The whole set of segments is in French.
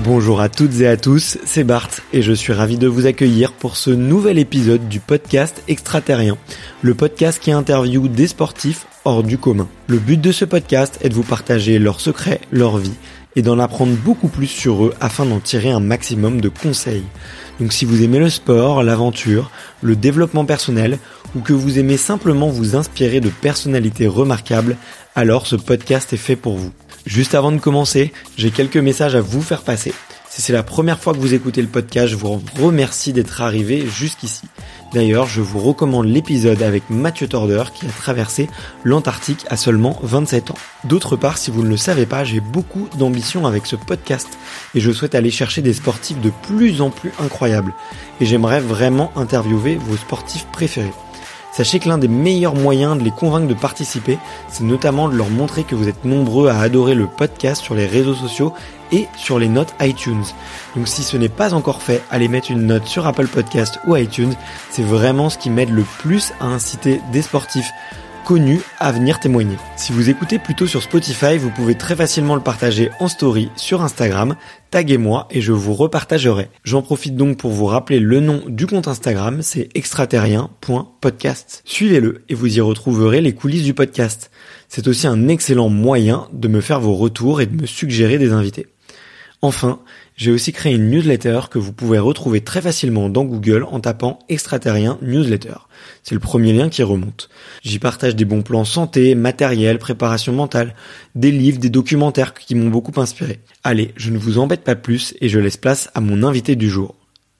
Bonjour à toutes et à tous, c'est Bart et je suis ravi de vous accueillir pour ce nouvel épisode du podcast Extraterrien, le podcast qui interviewe des sportifs hors du commun. Le but de ce podcast est de vous partager leurs secrets, leur vie et d'en apprendre beaucoup plus sur eux afin d'en tirer un maximum de conseils. Donc si vous aimez le sport, l'aventure, le développement personnel ou que vous aimez simplement vous inspirer de personnalités remarquables, alors ce podcast est fait pour vous. Juste avant de commencer, j'ai quelques messages à vous faire passer. Si c'est la première fois que vous écoutez le podcast, je vous remercie d'être arrivé jusqu'ici. D'ailleurs, je vous recommande l'épisode avec Mathieu Torder qui a traversé l'Antarctique à seulement 27 ans. D'autre part, si vous ne le savez pas, j'ai beaucoup d'ambition avec ce podcast et je souhaite aller chercher des sportifs de plus en plus incroyables. Et j'aimerais vraiment interviewer vos sportifs préférés. Sachez que l'un des meilleurs moyens de les convaincre de participer, c'est notamment de leur montrer que vous êtes nombreux à adorer le podcast sur les réseaux sociaux et sur les notes iTunes. Donc si ce n'est pas encore fait, allez mettre une note sur Apple Podcast ou iTunes, c'est vraiment ce qui m'aide le plus à inciter des sportifs connus à venir témoigner. Si vous écoutez plutôt sur Spotify, vous pouvez très facilement le partager en story sur Instagram, taguez-moi et je vous repartagerai. J'en profite donc pour vous rappeler le nom du compte Instagram, c'est extraterrien.podcast. Suivez-le et vous y retrouverez les coulisses du podcast. C'est aussi un excellent moyen de me faire vos retours et de me suggérer des invités. Enfin, j'ai aussi créé une newsletter que vous pouvez retrouver très facilement dans Google en tapant Extraterrien Newsletter. C'est le premier lien qui remonte. J'y partage des bons plans santé, matériel, préparation mentale, des livres, des documentaires qui m'ont beaucoup inspiré. Allez, je ne vous embête pas plus et je laisse place à mon invité du jour.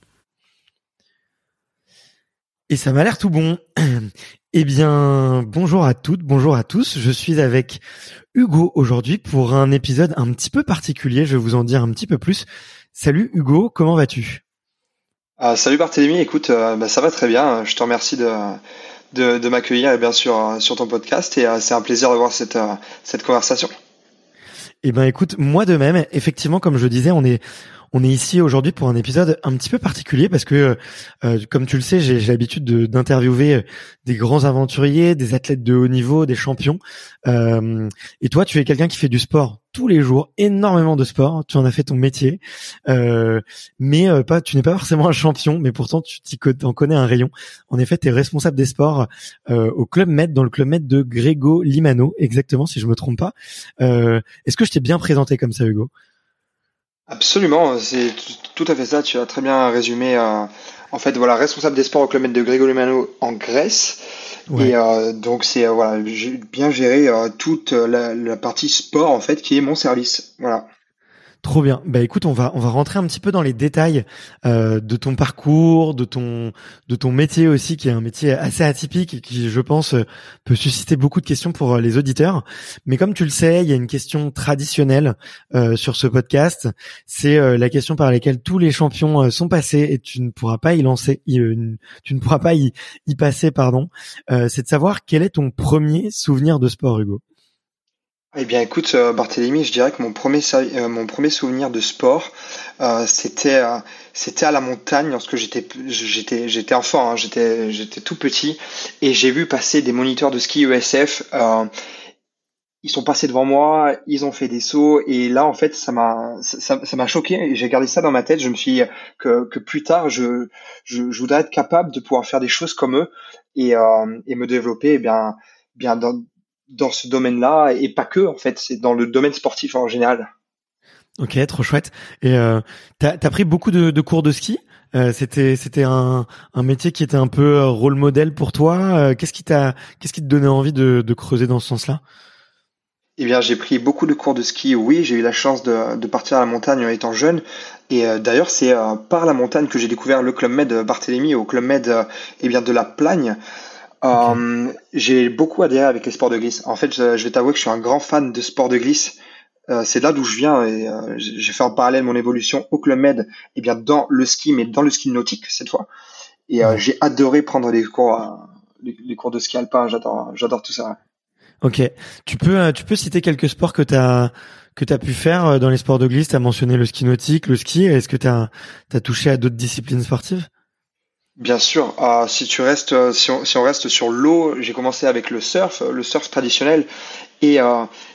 Et ça m'a l'air tout bon. Eh bien, bonjour à toutes, bonjour à tous. Je suis avec Hugo aujourd'hui pour un épisode un petit peu particulier. Je vais vous en dire un petit peu plus. Salut Hugo, comment vas-tu ? Salut Barthélémy, écoute, ça va très bien. Je te remercie de m'accueillir bien sûr sur ton podcast et c'est un plaisir d'avoir cette conversation. Eh ben écoute, moi de même, effectivement, comme je disais, on est ici aujourd'hui pour un épisode un petit peu particulier parce que, comme tu le sais, j'ai l'habitude d'interviewer des grands aventuriers, des athlètes de haut niveau, des champions. Et toi, tu es quelqu'un qui fait du sport tous les jours, énormément de sport. Tu en as fait ton métier, mais tu n'es pas forcément un champion, mais pourtant tu en connais un rayon. En effet, tu es responsable des sports au Club Med, dans le Club Med de Grégo Limano, exactement, si je me trompe pas. Est-ce que je t'ai bien présenté comme ça, Hugo ? Absolument, c'est tout à fait ça. Tu as très bien résumé. En fait, voilà, responsable des sports au Club Med de Grégo Limano en Grèce. Ouais. Et donc c'est voilà, j'ai bien géré toute la partie sport en fait qui est mon service. Voilà. Trop bien. Bah écoute, on va rentrer un petit peu dans les détails de ton parcours, de ton métier aussi, qui est un métier assez atypique et qui, je pense, peut susciter beaucoup de questions pour les auditeurs. Mais comme tu le sais, il y a une question traditionnelle sur ce podcast. C'est la question par laquelle tous les champions sont passés et tu ne pourras pas y passer, pardon. C'est de savoir quel est ton premier souvenir de sport, Hugo. Eh bien, écoute, Barthélémy, je dirais que mon premier souvenir de sport, c'était à la montagne lorsque j'étais enfant, hein, j'étais tout petit et j'ai vu passer des moniteurs de ski ESF. Ils sont passés devant moi, ils ont fait des sauts et là en fait ça m'a choqué et j'ai gardé ça dans ma tête. Je me suis dit que plus tard je voudrais être capable de pouvoir faire des choses comme eux et me développer bien dans ce domaine-là et pas que en fait, c'est dans le domaine sportif en général. Ok, trop chouette. Et t'as pris beaucoup de cours de ski. C'était un métier qui était un peu rôle modèle pour toi. Qu'est-ce qui te donnait envie de creuser dans ce sens-là ? Eh bien, j'ai pris beaucoup de cours de ski. Oui, j'ai eu la chance de partir à la montagne en étant jeune. Et d'ailleurs, c'est par la montagne que j'ai découvert le Club Med Barthélémy au Club Med de la Plagne. Okay. J'ai beaucoup adhéré avec les sports de glisse. En fait, je vais t'avouer que je suis un grand fan de sports de glisse. C'est là d'où je viens et j'ai fait en parallèle mon évolution au Club Med, dans le ski, mais dans le ski nautique cette fois. Et j'ai adoré prendre les cours de ski alpin. J'adore tout ça. Ok. Tu peux citer quelques sports que t'as pu faire dans les sports de glisse. T'as mentionné le ski nautique, le ski. Est-ce que t'as touché à d'autres disciplines sportives ? Bien sûr, si on reste sur l'eau, j'ai commencé avec le surf traditionnel et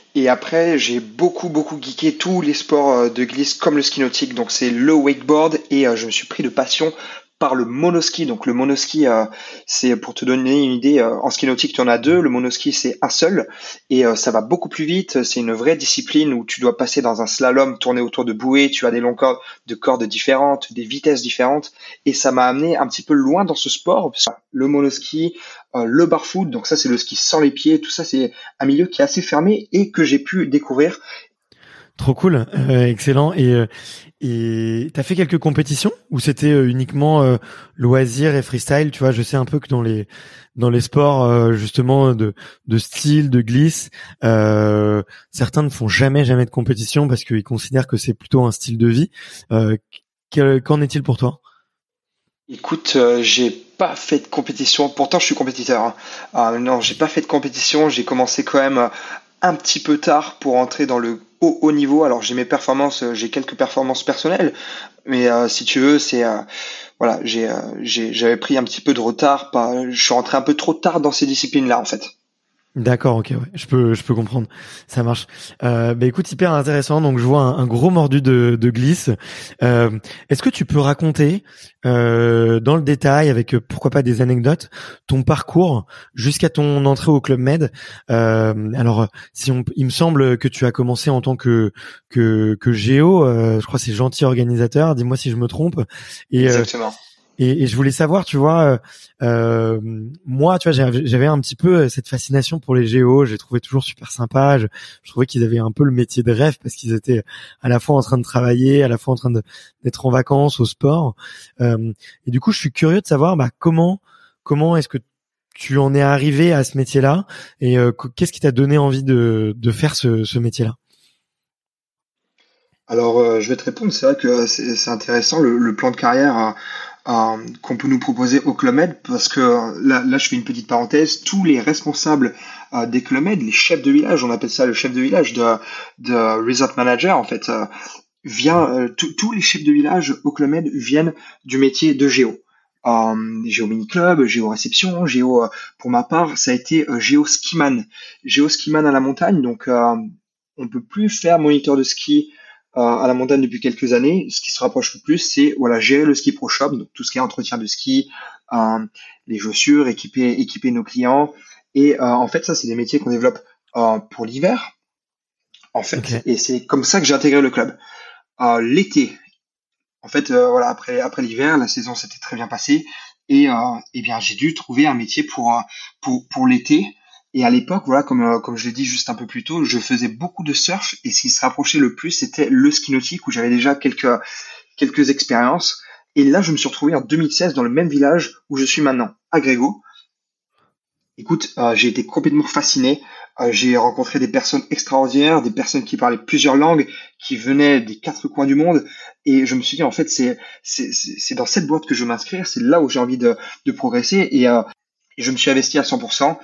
Et après, j'ai beaucoup geeké tous les sports de glisse comme le ski nautique. Donc c'est le wakeboard et je me suis pris de passion par le monoski. Donc le monoski, c'est pour te donner une idée, en ski nautique, tu en as deux. Le monoski, c'est un seul et ça va beaucoup plus vite. C'est une vraie discipline où tu dois passer dans un slalom, tourner autour de bouées. Tu as des longs cordes différentes, des vitesses différentes. Et ça m'a amené un petit peu loin dans ce sport. Parce que le monoski, le barfoot, donc ça c'est le ski sans les pieds. Tout ça, c'est un milieu qui est assez fermé et que j'ai pu découvrir. Trop cool, excellent. Et t'as fait quelques compétitions ou c'était uniquement loisirs et freestyle? Tu vois, je sais un peu que dans les sports justement de style, de glisse, certains ne font jamais de compétition parce qu'ils considèrent que c'est plutôt un style de vie. Qu'en est-il pour toi? Écoute, j'ai pas fait de compétition. Pourtant, je suis compétiteur, hein. Non, j'ai pas fait de compétition. J'ai commencé quand même un petit peu tard pour entrer dans le haut niveau. Alors, j'ai mes performances, j'ai quelques performances personnelles, mais si tu veux, c'est voilà, j'avais pris un petit peu de retard. Je suis rentré un peu trop tard dans ces disciplines-là, en fait. D'accord, ok, ouais, je peux comprendre, ça marche. Bah écoute, hyper intéressant. Donc je vois un gros mordu de glisse. Est-ce que tu peux raconter dans le détail, avec pourquoi pas des anecdotes, ton parcours jusqu'à ton entrée au Club Med? Alors, il me semble que tu as commencé en tant que géo. Je crois que c'est gentil organisateur. Dis-moi si je me trompe. Et Exactement. et je voulais savoir, tu vois, moi, tu vois, j'avais un petit peu cette fascination pour les géos. J'ai trouvé toujours super sympa. Je trouvais qu'ils avaient un peu le métier de rêve parce qu'ils étaient à la fois en train de travailler, à la fois en train d'être en vacances, au sport. Et du coup, je suis curieux de savoir, bah, comment est-ce que tu en es arrivé à ce métier-là et qu'est-ce qui t'a donné envie de faire ce métier-là? Alors, je vais te répondre. C'est vrai que c'est intéressant le plan de carrière qu'on peut nous proposer au Club Med parce que là, je fais une petite parenthèse. Tous les responsables des Club Med, les chefs de village, on appelle ça le chef de village de resort manager en fait, tous les chefs de village au Club Med viennent du métier de géo. Géo mini club, géo réception, géo pour ma part, ça a été géo skiman à la montagne. Donc on peut plus faire moniteur de ski à la montagne depuis quelques années. Ce qui se rapproche le plus, c'est voilà gérer le ski pro shop, donc tout ce qui est entretien de ski, euh, les chaussures, équiper nos clients. Et en fait, ça, c'est des métiers qu'on développe pour l'hiver, en fait. Ok. Et c'est comme ça que j'ai intégré le club. L'été, en fait, voilà, après l'hiver, la saison s'était très bien passée. Et bien, j'ai dû trouver un métier pour l'été. Et à l'époque, voilà, comme je l'ai dit juste un peu plus tôt, je faisais beaucoup de surf et ce qui se rapprochait le plus, c'était le ski nautique où j'avais déjà quelques expériences. Et là, je me suis retrouvé en 2016 dans le même village où je suis maintenant, à Grégo. Écoute, j'ai été complètement fasciné. J'ai rencontré des personnes extraordinaires, des personnes qui parlaient plusieurs langues, qui venaient des quatre coins du monde. Et je me suis dit, en fait, c'est dans cette boîte que je veux m'inscrire. C'est là où j'ai envie de progresser. Et je me suis investi à 100%.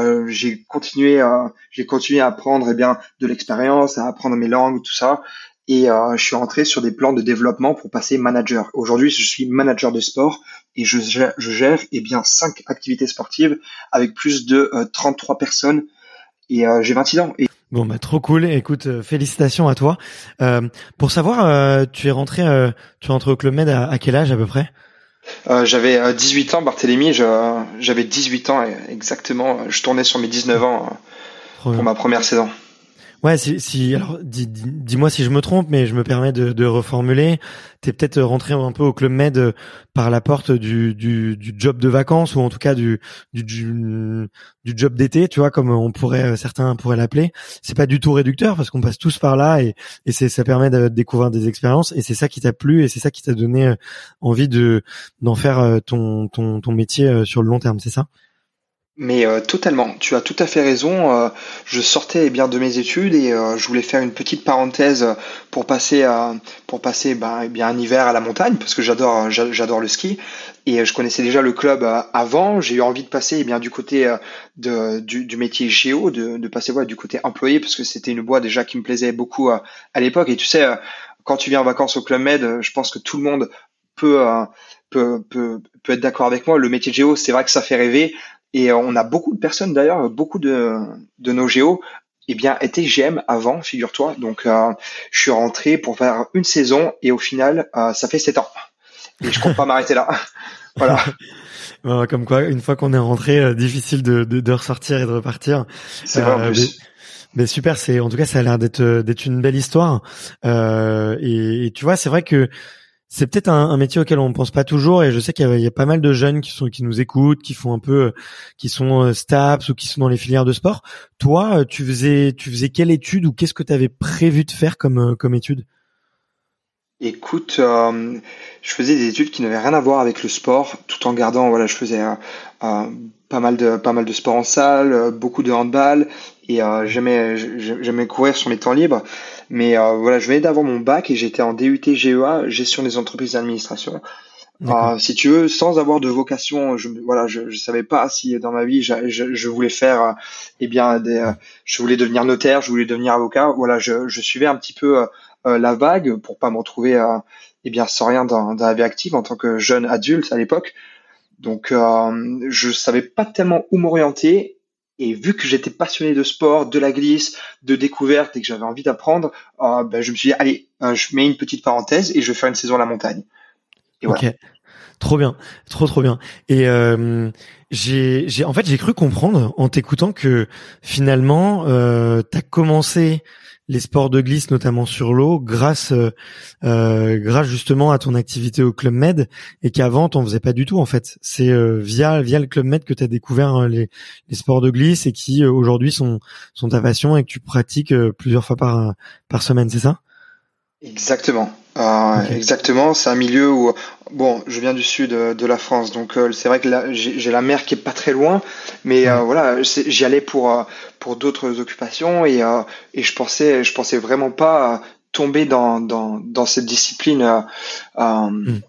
J'ai continué à apprendre, eh bien, de l'expérience, à apprendre mes langues, tout ça. Et je suis rentré sur des plans de développement pour passer manager. Aujourd'hui, je suis manager de sport et je gère eh bien 5 activités sportives avec plus de 33 personnes et j'ai 26 ans. Et Bon, bah trop cool. Écoute, félicitations à toi. Pour savoir, tu es rentré au Club Med à quel âge à peu près? j'avais 18 ans, Barthélémy, j'avais 18 ans exactement. Je tournais sur mes 19 ans Trop pour bien. ma première saison. Ouais, alors dis-moi si je me trompe, mais je me permets de reformuler. T'es peut-être rentré un peu au Club Med par la porte du job de vacances ou en tout cas du, du, du job d'été, tu vois, comme certains pourraient l'appeler. C'est pas du tout réducteur parce qu'on passe tous par là et ça permet de découvrir des expériences et c'est ça qui t'a plu et c'est ça qui t'a donné envie d'en faire ton métier sur le long terme, c'est ça? Mais totalement, tu as tout à fait raison. Je sortais eh bien de mes études et je voulais faire une petite parenthèse pour passer eh bien un hiver à la montagne parce que j'adore le ski et je connaissais déjà le club avant. J'ai eu envie de passer eh bien du côté du métier géo, de passer voilà du côté employé parce que c'était une boîte déjà qui me plaisait beaucoup à l'époque. Et tu sais, quand tu viens en vacances au Club Med, je pense que tout le monde peut euh, peut être d'accord avec moi. Le métier de géo, c'est vrai que ça fait rêver. Et on a beaucoup de personnes d'ailleurs, beaucoup de nos géos était GM avant, figure-toi. Donc, je suis rentré pour faire une saison et au final, ça fait 7 ans. Et je compte pas m'arrêter là. Voilà. Comme quoi, une fois qu'on est rentré, difficile de ressortir et de repartir. C'est vrai en plus. Mais super, en tout cas, ça a l'air d'être une belle histoire. Et tu vois, c'est vrai que c'est peut-être un métier auquel on pense pas toujours, et je sais qu'il y a pas mal de jeunes qui nous écoutent, qui font un peu, qui sont STAPS ou qui sont dans les filières de sport. Toi, tu faisais quelle étude, ou qu'est-ce que tu avais prévu de faire comme étude? Écoute, je faisais des études qui n'avaient rien à voir avec le sport, tout en gardant, voilà, je faisais euh, pas mal de sport en salle, beaucoup de handball, et j'aimais courir sur mes temps libres. Mais voilà, je venais d'avoir mon bac et j'étais en DUT GEA, gestion des entreprises d'administration. D'accord. Si tu veux, sans avoir de vocation, je savais pas si dans ma vie je voulais faire, je voulais devenir notaire, je voulais devenir avocat. Voilà, je suivais un petit peu la vague pour pas me retrouver, sans rien dans la vie active en tant que jeune adulte à l'époque. Donc, je savais pas tellement où m'orienter. Et vu que j'étais passionné de sport, de la glisse, de découverte et que j'avais envie d'apprendre, je me suis dit, allez, je mets une petite parenthèse et je vais faire une saison à la montagne. Et Ok. voilà. Trop bien, trop bien. Et en fait j'ai cru comprendre en t'écoutant que finalement t'as commencé les sports de glisse, notamment sur l'eau, grâce justement à ton activité au Club Med, et qu'avant t'en faisais pas du tout en fait. C'est via le Club Med que t'as découvert les sports de glisse, et qui aujourd'hui sont ta passion, et que tu pratiques plusieurs fois par semaine, c'est ça? Exactement. Ok. Exactement. C'est un milieu où, bon, je viens du sud de la France, donc c'est vrai que là, j'ai la mer qui est pas très loin, mais Ouais. voilà, j'y allais pour d'autres occupations et je pensais vraiment pas tomber dans cette discipline Hmm.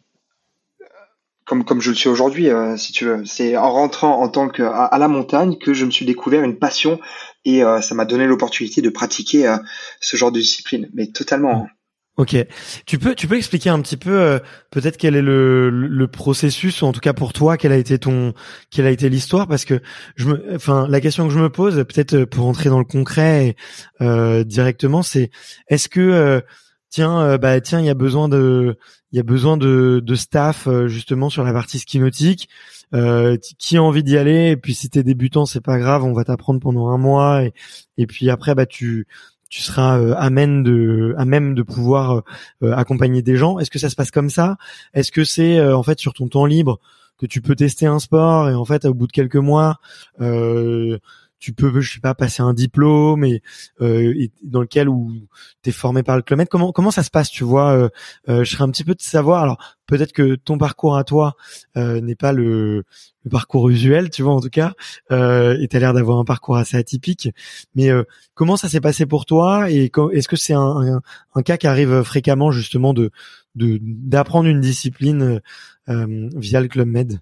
comme je le suis aujourd'hui, si tu veux. C'est en rentrant en tant à la montagne que je me suis découvert une passion et ça m'a donné l'opportunité de pratiquer ce genre de discipline, mais totalement, hein. Ok. Tu peux expliquer un petit peu peut-être quel est le processus, ou en tout cas pour toi, quelle a été l'histoire, parce que la question que je me pose, peut-être pour entrer dans le concret directement, c'est est-ce que tiens, il y a besoin de staff justement sur la partie ski nautique. Qui a envie d'y aller, et puis si t'es débutant, c'est pas grave, on va t'apprendre pendant un mois, et puis après tu seras à même de pouvoir accompagner des gens. Est-ce que ça se passe comme ça? Est-ce que c'est en fait sur ton temps libre que tu peux tester un sport, et en fait au bout de quelques mois euh, tu peux, je sais pas, passer un diplôme, et dans lequel où t'es formé par le Club Med? Comment ça se passe, tu vois? Je serais un petit peu de savoir. Alors peut-être que ton parcours à toi n'est pas le parcours usuel, tu vois, en tout cas, et t'as l'air d'avoir un parcours assez atypique. Mais comment ça s'est passé pour toi, et est-ce que c'est un cas qui arrive fréquemment, justement, d'apprendre une discipline via le Club Med?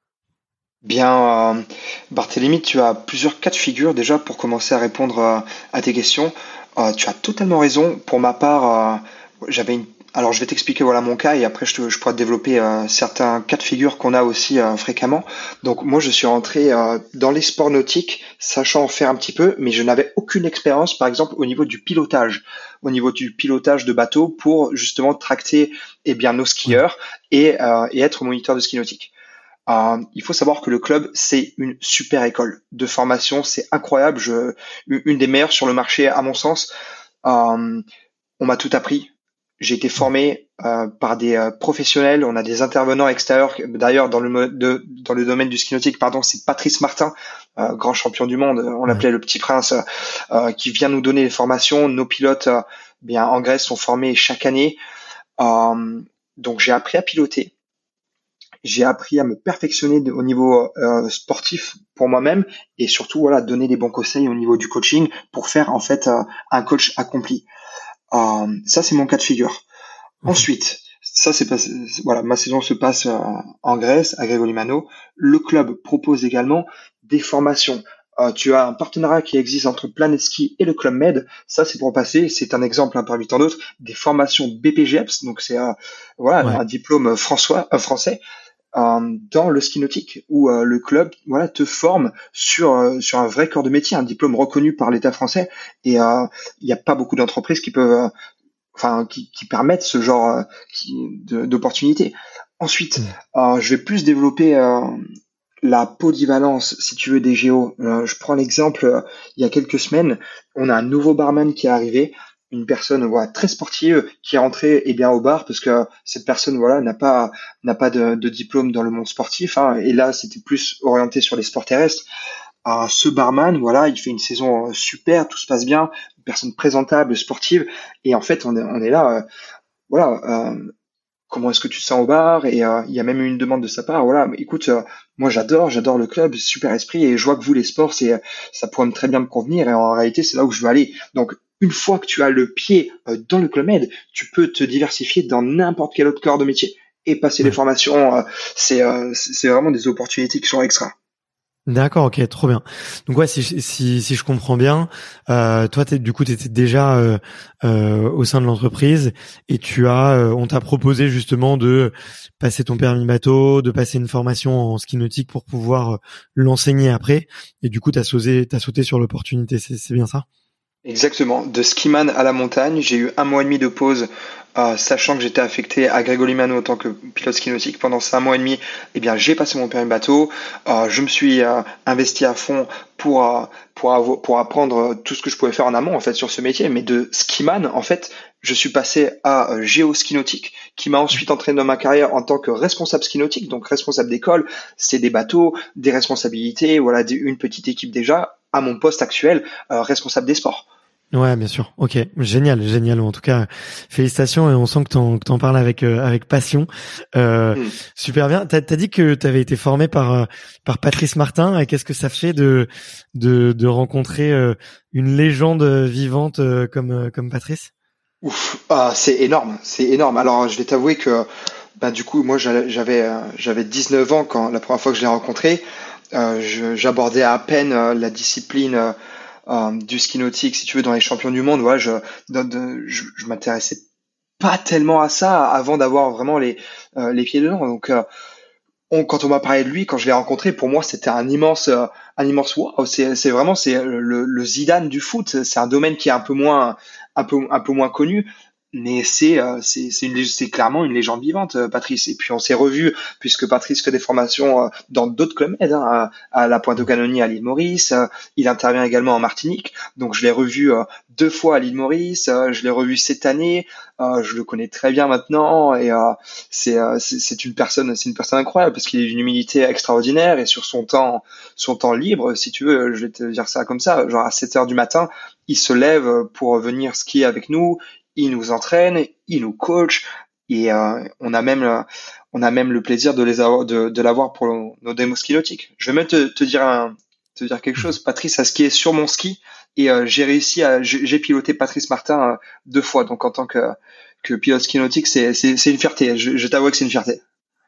Bien, Barthélémy, tu as plusieurs cas de figure déjà pour commencer à répondre à tes questions. Tu as totalement raison. Pour ma part, j'avais une. Alors, je vais t'expliquer voilà mon cas et après je pourrais te développer certains cas de figure qu'on a aussi fréquemment. Donc, moi, je suis rentré dans les sports nautiques, sachant en faire un petit peu, mais je n'avais aucune expérience, par exemple, au niveau du pilotage de bateau pour justement tracter nos Ouais. skieurs et être moniteur de ski nautique. Il faut savoir que le club, c'est une super école de formation, c'est incroyable, une des meilleures sur le marché à mon sens. Euh, on m'a tout appris. J'ai été Ouais. formé par des professionnels. On a des intervenants extérieurs. D'ailleurs, dans le domaine du ski nautique, pardon, c'est Patrice Martin, grand champion du monde. On Ouais. l'appelait le Petit Prince, qui vient nous donner les formations. Nos pilotes, en Grèce, sont formés chaque année. Euh, donc, j'ai appris à piloter. J'ai appris à me perfectionner au niveau sportif pour moi-même et surtout voilà donner des bons conseils au niveau du coaching pour faire en fait un coach accompli. Ça c'est mon cas de figure. Ok. Ensuite, voilà, ma saison se passe en Grèce à Grégor-Limano. Le club propose également des formations. Tu as un partenariat qui existe entre Planet Ski et le Club Med. Ça, c'est pour passer, c'est un exemple parmi tant d'autres, des formations BPGEPS. Donc, c'est voilà, Ouais. un diplôme français dans le ski nautique où le club voilà te forme sur un vrai corps de métier, un diplôme reconnu par l'État français et il n'y a pas beaucoup d'entreprises qui peuvent qui permettent ce genre d'opportunités. Ensuite, je vais plus développer la polyvalence, si tu veux, des géos. Je prends l'exemple, il y a quelques semaines, on a un nouveau barman qui est arrivé, une personne voilà très sportive qui est rentrée au bar parce que cette personne voilà n'a pas de diplôme dans le monde sportif hein, et là c'était plus orienté sur les sports terrestres. Ce barman voilà il fait une saison super, tout se passe bien, une personne présentable, sportive et en fait on est là voilà comment est-ce que tu te sens au bar et il y a même eu une demande de sa part voilà mais écoute moi j'adore le club, super esprit et je vois que vous les sports ça pourrait très bien me convenir et en réalité c'est là où je veux aller. Donc une fois que tu as le pied dans le Club Med, tu peux te diversifier dans n'importe quel autre corps de métier et passer des Ouais. formations. C'est vraiment des opportunités qui sont extra. D'accord, ok, trop bien. Donc ouais, si je comprends bien, toi t'étais déjà au sein de l'entreprise et on t'a proposé justement de passer ton permis bateau, de passer une formation en ski nautique pour pouvoir l'enseigner après. Et du coup t'as sauté sur l'opportunité. C'est bien ça? Exactement. De skiman à la montagne, j'ai eu 1 mois et demi de pause, sachant que j'étais affecté à Greg Limano en tant que pilote ski nautique. Pendant ces 1 mois et demi, eh bien, j'ai passé mon permis bateau. Je me suis investi à fond pour apprendre tout ce que je pouvais faire en amont en fait sur ce métier. Mais de skiman, en fait, je suis passé à Géo Ski Nautique, qui m'a ensuite entraîné dans ma carrière en tant que responsable ski nautique, donc responsable d'école. C'est des bateaux, des responsabilités, voilà, une petite équipe déjà. À mon poste actuel, responsable des sports. Ouais, bien sûr. Ok, génial, génial. En tout cas, félicitations et on sent que t'en parles avec passion. Hmm. Super bien. T'as dit que t'avais été formé par Patrice Martin. Et qu'est-ce que ça fait de rencontrer une légende vivante comme Patrice? Ouf, c'est énorme, c'est énorme. Alors, je vais t'avouer que, bah, du coup, moi, j'avais 19 ans quand la première fois que je l'ai rencontré. J'abordais à peine la discipline du ski nautique, si tu veux, dans les champions du monde. Voilà, je m'intéressais pas tellement à ça avant d'avoir vraiment les pieds dedans. Donc, quand on m'a parlé de lui, quand je l'ai rencontré, pour moi, c'était un immense wow. C'est vraiment, c'est le Zidane du foot. C'est un domaine qui est un peu moins connu, mais c'est clairement une légende vivante, Patrice. Et puis on s'est revu puisque Patrice fait des formations dans d'autres clubs med, hein, à la Pointe-aux-Canonniers à l'île Maurice. Il intervient également en Martinique, donc je l'ai revu 2 fois à l'île Maurice. Je l'ai revu cette année. Je le connais très bien maintenant et c'est une personne incroyable parce qu'il est d'une humilité extraordinaire et sur son temps libre, si tu veux, je vais te dire ça comme ça, genre à 7 heures du matin, il se lève pour venir skier avec nous, il nous entraîne, il nous coach et on a même le plaisir de l'avoir pour nos démos ski nautiques. Je vais même te dire quelque chose. Patrice a skié sur mon ski et j'ai piloté Patrice Martin 2 fois. Donc en tant que pilote ski nautique, c'est une fierté. Je t'avoue que c'est une fierté.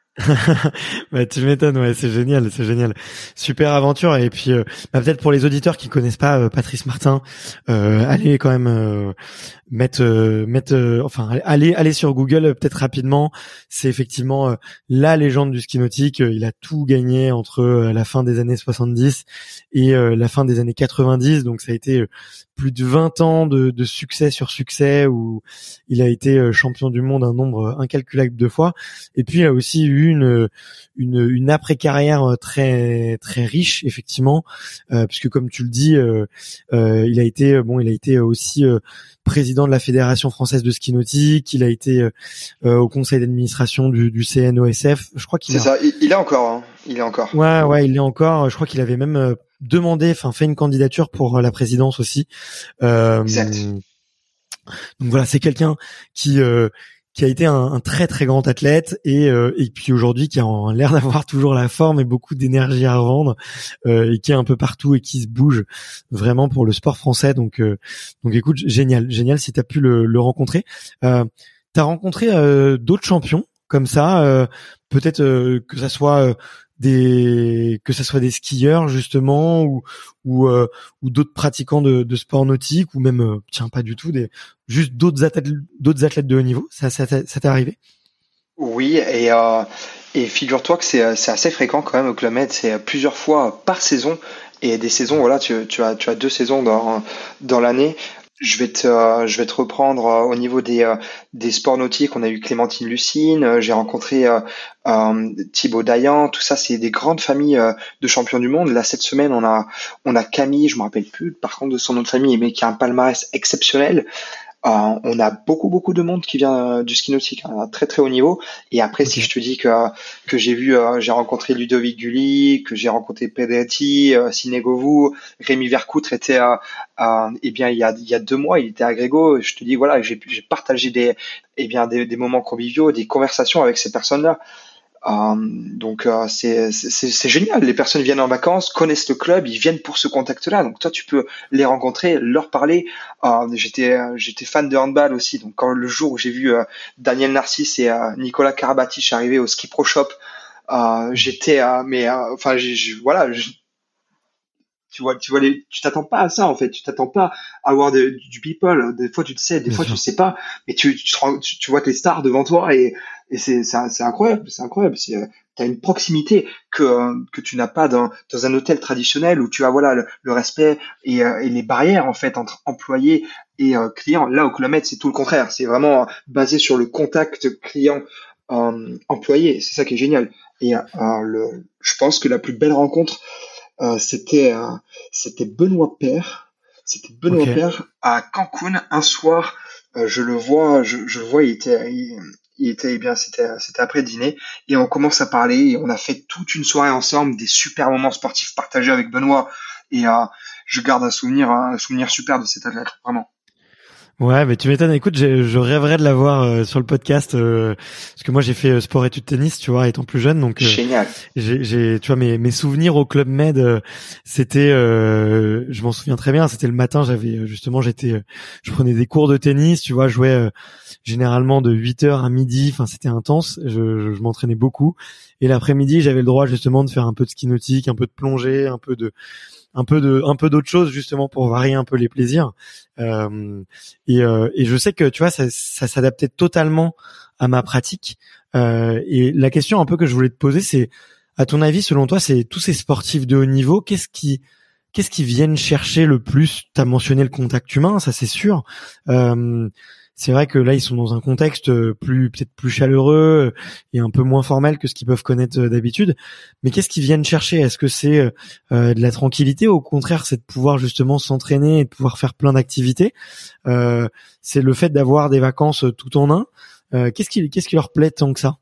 Bah, tu m'étonnes, ouais, c'est génial, c'est génial. Super aventure. Et puis, peut-être pour les auditeurs qui connaissent pas Patrice Martin, allez quand même aller sur Google peut-être rapidement. C'est effectivement la légende du ski nautique. Il a tout gagné entre la fin des années 70 et la fin des années 90. Donc ça a été plus de 20 ans de succès sur succès où il a été champion du monde un nombre incalculable de fois. Et puis il a aussi eu une après-carrière très très riche effectivement, puisque comme tu le dis, il a été aussi président de la Fédération française de ski nautique. Il a été au conseil d'administration du CNOSF. Je crois qu'il C'est ça. Il est encore. Hein. Il est encore. ouais, il est encore. Je crois qu'il avait même fait une candidature pour la présidence aussi. Exact. Donc voilà, c'est quelqu'un qui a été un très très grand athlète et puis aujourd'hui qui a l'air d'avoir toujours la forme et beaucoup d'énergie à revendre et qui est un peu partout et qui se bouge vraiment pour le sport français. Donc écoute, génial si t'as pu le rencontrer. T'as rencontré d'autres champions comme ça, peut-être que ça soit des skieurs justement ou d'autres pratiquants de sport nautique ou même pas du tout juste d'autres athlètes de haut niveau. Ça t'est arrivé? Oui, et figure-toi que c'est assez fréquent quand même au Club Med, c'est plusieurs fois par saison, et des saisons, voilà, tu as 2 saisons dans l'année. Je vais te reprendre au niveau des sports nautiques. On a eu Clémentine Lucine, j'ai rencontré Thibaut Dayan, tout ça, c'est des grandes familles de champions du monde. Là, cette semaine, on a Camille, je me rappelle plus par contre de son nom de famille, mais qui a un palmarès exceptionnel. On a beaucoup de monde qui vient du ski nautique, hein, à très très haut niveau. Et après, Ok. si je te dis que j'ai rencontré Ludovic Gulli, que j'ai rencontré Pedretti, Sinegovu, Rémi Vercoutre était, eh bien, il y a 2 mois, il était à Grégo. Et je te dis, voilà, j'ai partagé des moments conviviaux, des conversations avec ces personnes-là. Donc c'est génial. Les personnes viennent en vacances, connaissent le club, ils viennent pour ce contact-là. Donc toi, tu peux les rencontrer, leur parler. J'étais fan de handball aussi. Donc quand le jour où j'ai vu Daniel Narcisse et Nicolas Karabatic arriver au Ski Pro Shop, j'étais mais enfin voilà, tu t'attends pas à ça en fait. Tu t'attends pas à voir du people. Des fois tu le sais, des Bien fois tu le sûr. sais pas, mais tu vois tes stars devant toi et c'est incroyable, c'est incroyable. T'as une proximité que tu n'as pas dans un hôtel traditionnel où tu as voilà le respect et les barrières en fait entre employés et clients. Là au Kilomètre c'est tout le contraire. C'est vraiment basé sur le contact client employé. C'est ça qui est génial. Et je pense que la plus belle rencontre euh, c'était euh, c'était Benoît Paire. C'était Ok. Benoît Paire à Cancun un soir. Je le vois, il était, eh bien, c'était après dîner et on commence à parler et on a fait toute une soirée ensemble, des super moments sportifs partagés avec Benoît et je garde un souvenir super de cet athlète, vraiment. Ouais, mais tu m'étonnes. Écoute, je rêverais de l'avoir sur le podcast parce que moi j'ai fait sport études tennis, tu vois, étant plus jeune. Donc Génial. tu vois, mes souvenirs au Club Med, c'était, je m'en souviens très bien. C'était le matin, justement, je prenais des cours de tennis, tu vois, je jouais généralement de 8 heures à midi. Enfin, c'était intense. Je m'entraînais beaucoup. Et l'après-midi, j'avais le droit justement de faire un peu de ski nautique, un peu de plongée, un peu d'autres choses justement pour varier un peu les plaisirs. Et je sais que tu vois ça s'adaptait totalement à ma pratique. Et la question un peu que je voulais te poser, c'est à ton avis, selon toi, c'est tous ces sportifs de haut niveau, qu'est-ce qui viennent chercher le plus? T'as mentionné le contact humain, ça c'est sûr. Euh, c'est vrai que là, ils sont dans un contexte peut-être plus chaleureux et un peu moins formel que ce qu'ils peuvent connaître d'habitude. Mais qu'est-ce qu'ils viennent chercher? Est-ce que c'est de la tranquillité? Au contraire, c'est de pouvoir justement s'entraîner et de pouvoir faire plein d'activités. C'est le fait d'avoir des vacances tout en un. Qu'est-ce qui leur plaît tant que ça?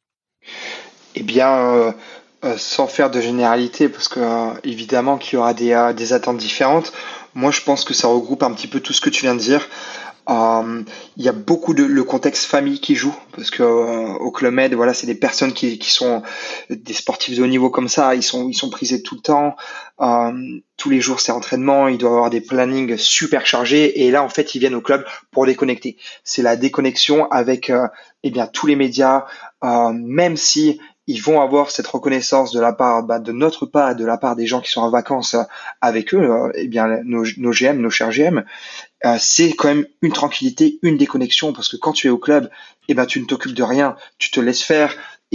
Eh bien, sans faire de généralité, parce que évidemment qu'il y aura des attentes différentes, moi je pense que ça regroupe un petit peu tout ce que tu viens de dire. Il y a beaucoup de le contexte famille qui joue, parce que au Club Med, voilà, c'est des personnes qui sont des sportifs de haut niveau comme ça, ils sont prisés tout le temps. Tous les jours c'est entraînement, ils doivent avoir des plannings super chargés, et là en fait ils viennent au club pour déconnecter. C'est la déconnexion avec eh bien tous les médias, même si ils vont avoir cette reconnaissance de la part de notre part, de la part des gens qui sont en vacances avec eux, eh bien nos GM, nos chers GM, c'est quand même une tranquillité, une déconnexion, parce que quand tu es au club, eh ben tu ne t'occupes de rien, tu te laisses faire.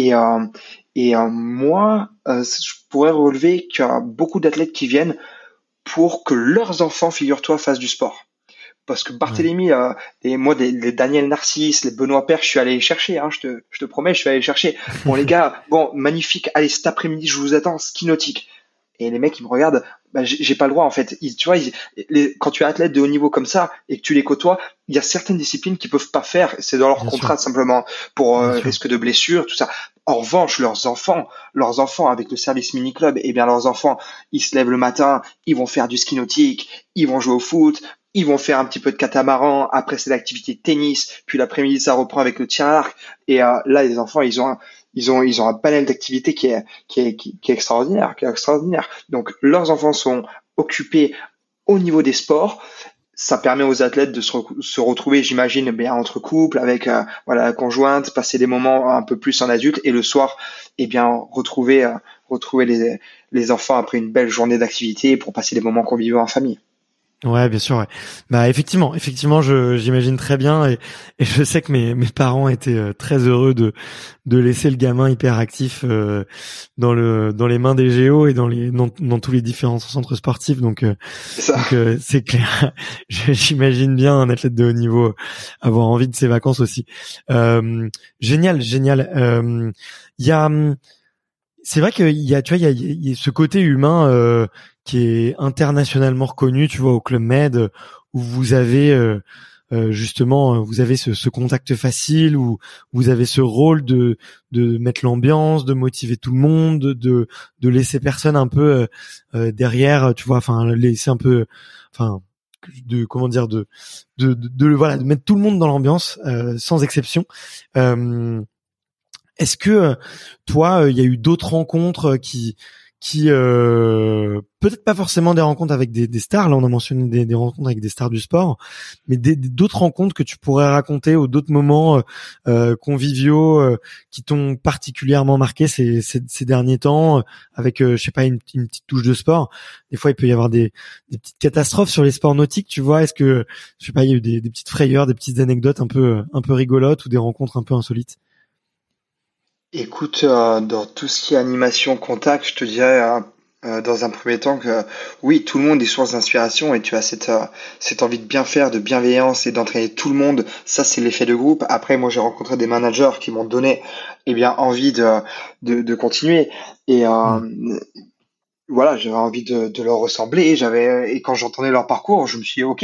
Et moi, je pourrais relever qu'il y a beaucoup d'athlètes qui viennent pour que leurs enfants, figure-toi, fassent du sport. Parce que Ouais, Barthélemy, et moi, les Daniel Narcisse, les Benoît Paire, je suis allé les chercher, hein, je te promets, je suis allé les chercher. Bon, les gars, bon, magnifique, allez, cet après-midi, je vous attends, ski nautique. Et les mecs, ils me regardent, bah, j'ai pas le droit, en fait. Tu vois, quand tu es athlète de haut niveau comme ça, et que tu les côtoies, il y a certaines disciplines qu'ils peuvent pas faire. C'est dans leur bien sûr, contrat, simplement, pour bien sûr. risque de blessure, tout ça. En revanche, leurs enfants avec le service mini-club, eh bien, leurs enfants, ils se lèvent le matin, ils vont faire du ski nautique, ils vont jouer au foot, ils vont faire un petit peu de catamaran, après c'est l'activité de tennis, puis l'après-midi ça reprend avec le tir à l'arc. Et là, les enfants, ils ont un panel d'activités qui est extraordinaire, qui est extraordinaire. Donc leurs enfants sont occupés au niveau des sports. Ça permet aux athlètes de se retrouver, j'imagine, bien entre couples, avec voilà la conjointe, passer des moments un peu plus en adulte, et le soir, eh bien retrouver les enfants après une belle journée d'activité pour passer des moments conviviaux en famille. Ouais, bien sûr. Ouais. Bah effectivement, j'imagine très bien et je sais que mes parents étaient très heureux de laisser le gamin hyperactif dans les mains des géos et dans tous les différents centres sportifs. C'est ça. C'est clair. J'imagine bien un athlète de haut niveau avoir envie de ses vacances aussi. Génial, génial. Il y a C'est vrai qu'il y a, tu vois, il y a ce côté humain qui est internationalement reconnu, tu vois, au Club Med, où vous avez justement, vous avez ce contact facile, où vous avez ce rôle de mettre l'ambiance, de motiver tout le monde, de laisser personne un peu derrière, tu vois, enfin laisser un peu, enfin de comment dire voilà, de mettre tout le monde dans l'ambiance sans exception. Euh, Est-ce que toi, il y a eu d'autres rencontres qui peut-être pas forcément des rencontres avec des stars, là on a mentionné des rencontres avec des stars du sport, mais d'autres rencontres que tu pourrais raconter ou d'autres moments conviviaux qui t'ont particulièrement marqué ces derniers temps avec je sais pas une petite touche de sport. Des fois il peut y avoir des petites catastrophes sur les sports nautiques, tu vois. Est-ce que je sais pas, il y a eu des petites frayeurs, des petites anecdotes un peu rigolotes ou des rencontres un peu insolites? Écoute, dans tout ce qui est animation contact, je te dirais dans un premier temps que oui, tout le monde est source d'inspiration et tu as cette envie de bien faire, de bienveillance et d'entraîner tout le monde. Ça, c'est l'effet de groupe. Après, moi, j'ai rencontré des managers qui m'ont donné eh bien envie de continuer. Et voilà, j'avais envie de leur ressembler. Et quand j'entendais leur parcours, je me suis dit, ok,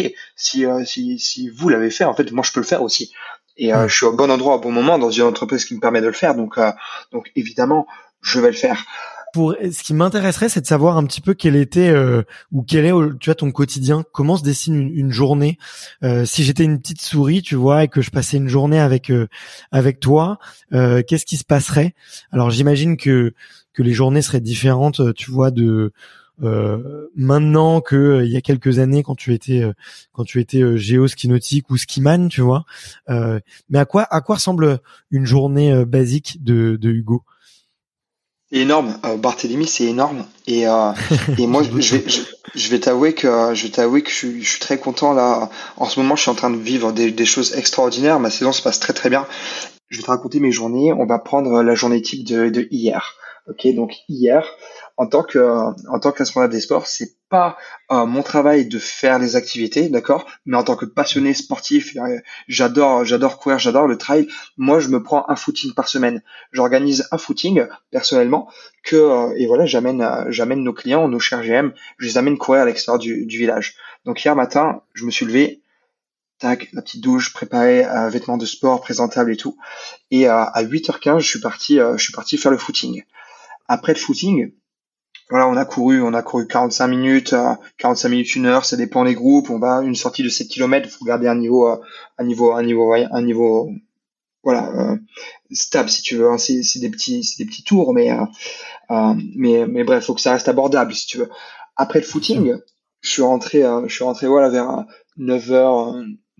si vous l'avez fait, en fait, moi, je peux le faire aussi. Et Hmm. je suis au bon endroit au bon moment dans une entreprise qui me permet de le faire. Donc évidemment, je vais le faire. Ce qui m'intéresserait, c'est de savoir un petit peu quel était ou quel est, tu vois, ton quotidien. Comment se dessine une journée. Si j'étais une petite souris, tu vois, et que je passais une journée avec toi, qu'est-ce qui se passerait? Alors, j'imagine que les journées seraient différentes, tu vois, de maintenant que il y a quelques années quand tu étais géo ski nautique ou skiman, tu vois. Mais à quoi ressemble une journée basique de Hugo? C'est énorme, Barthélemy, c'est énorme. Et moi, J'en doute pas. je vais t'avouer que je suis très content là. En ce moment, je suis en train de vivre des choses extraordinaires. Ma saison se passe très très bien. Je vais te raconter mes journées. On va prendre la journée type de hier. Ok, donc hier, en tant que responsable des sports, c'est pas mon travail de faire les activités, d'accord? Mais en tant que passionné sportif, j'adore courir, j'adore le trail. Moi, je me prends un footing par semaine. J'organise un footing personnellement et voilà, j'amène nos clients, nos chers GM, je les amène courir à l'extérieur du village. Donc hier matin, je me suis levé, tac, la petite douche, préparé, vêtements de sport, présentable et tout. Et à 8h15, je suis parti faire le footing. Après le footing, voilà, on a couru 45 minutes, 1 heure, ça dépend des groupes. On va une sortie de 7 kilomètres, il faut garder un niveau, voilà, stable si tu veux. Hein. C'est des petits tours, mais bref, faut que ça reste abordable si tu veux. Après le Bien sûr. footing, je suis rentré voilà vers 9h,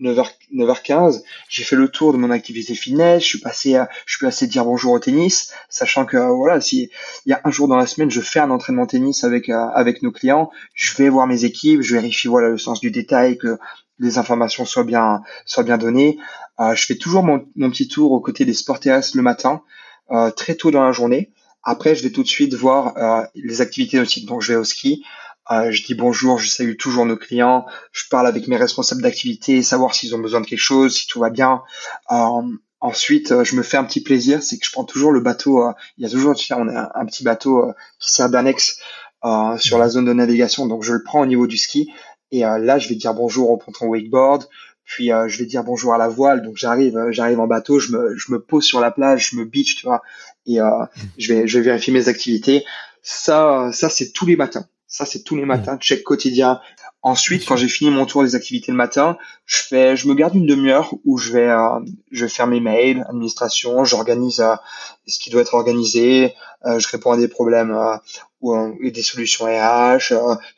9h15. J'ai fait le tour de mon activité fitness. Je suis passé dire bonjour au tennis, sachant que voilà, si il y a un jour dans la semaine, je fais un entraînement tennis avec nos clients, je vais voir mes équipes, je vérifie voilà le sens du détail, que les informations soient bien données. Je fais toujours mon petit tour aux côtés des sports terrestres le matin, très tôt dans la journée. Après, je vais tout de suite voir les activités nautiques. Donc, je vais au ski, je dis bonjour, je salue toujours nos clients, je parle avec mes responsables d'activité, savoir s'ils ont besoin de quelque chose, si tout va bien. Euh, Ensuite, je me fais un petit plaisir, c'est que je prends toujours le bateau. Il y a toujours, tu sais, on a un petit bateau qui sert d'annexe sur la zone de navigation, donc je le prends au niveau du ski. Et là, je vais dire bonjour au ponton wakeboard. Puis je vais dire bonjour à la voile. Donc j'arrive en bateau, je me pose sur la plage, je me beach, tu vois, et je vais vérifier mes activités. Ça c'est tous les matins. Ça c'est tous les Hmm. matins, check quotidien. Bien Ensuite, quand sûr. j'ai fini mon tour des activités le matin, je me garde une demi-heure où je vais faire mes mails, administration, j'organise ce qui doit être organisé, je réponds à des problèmes ou des solutions RH.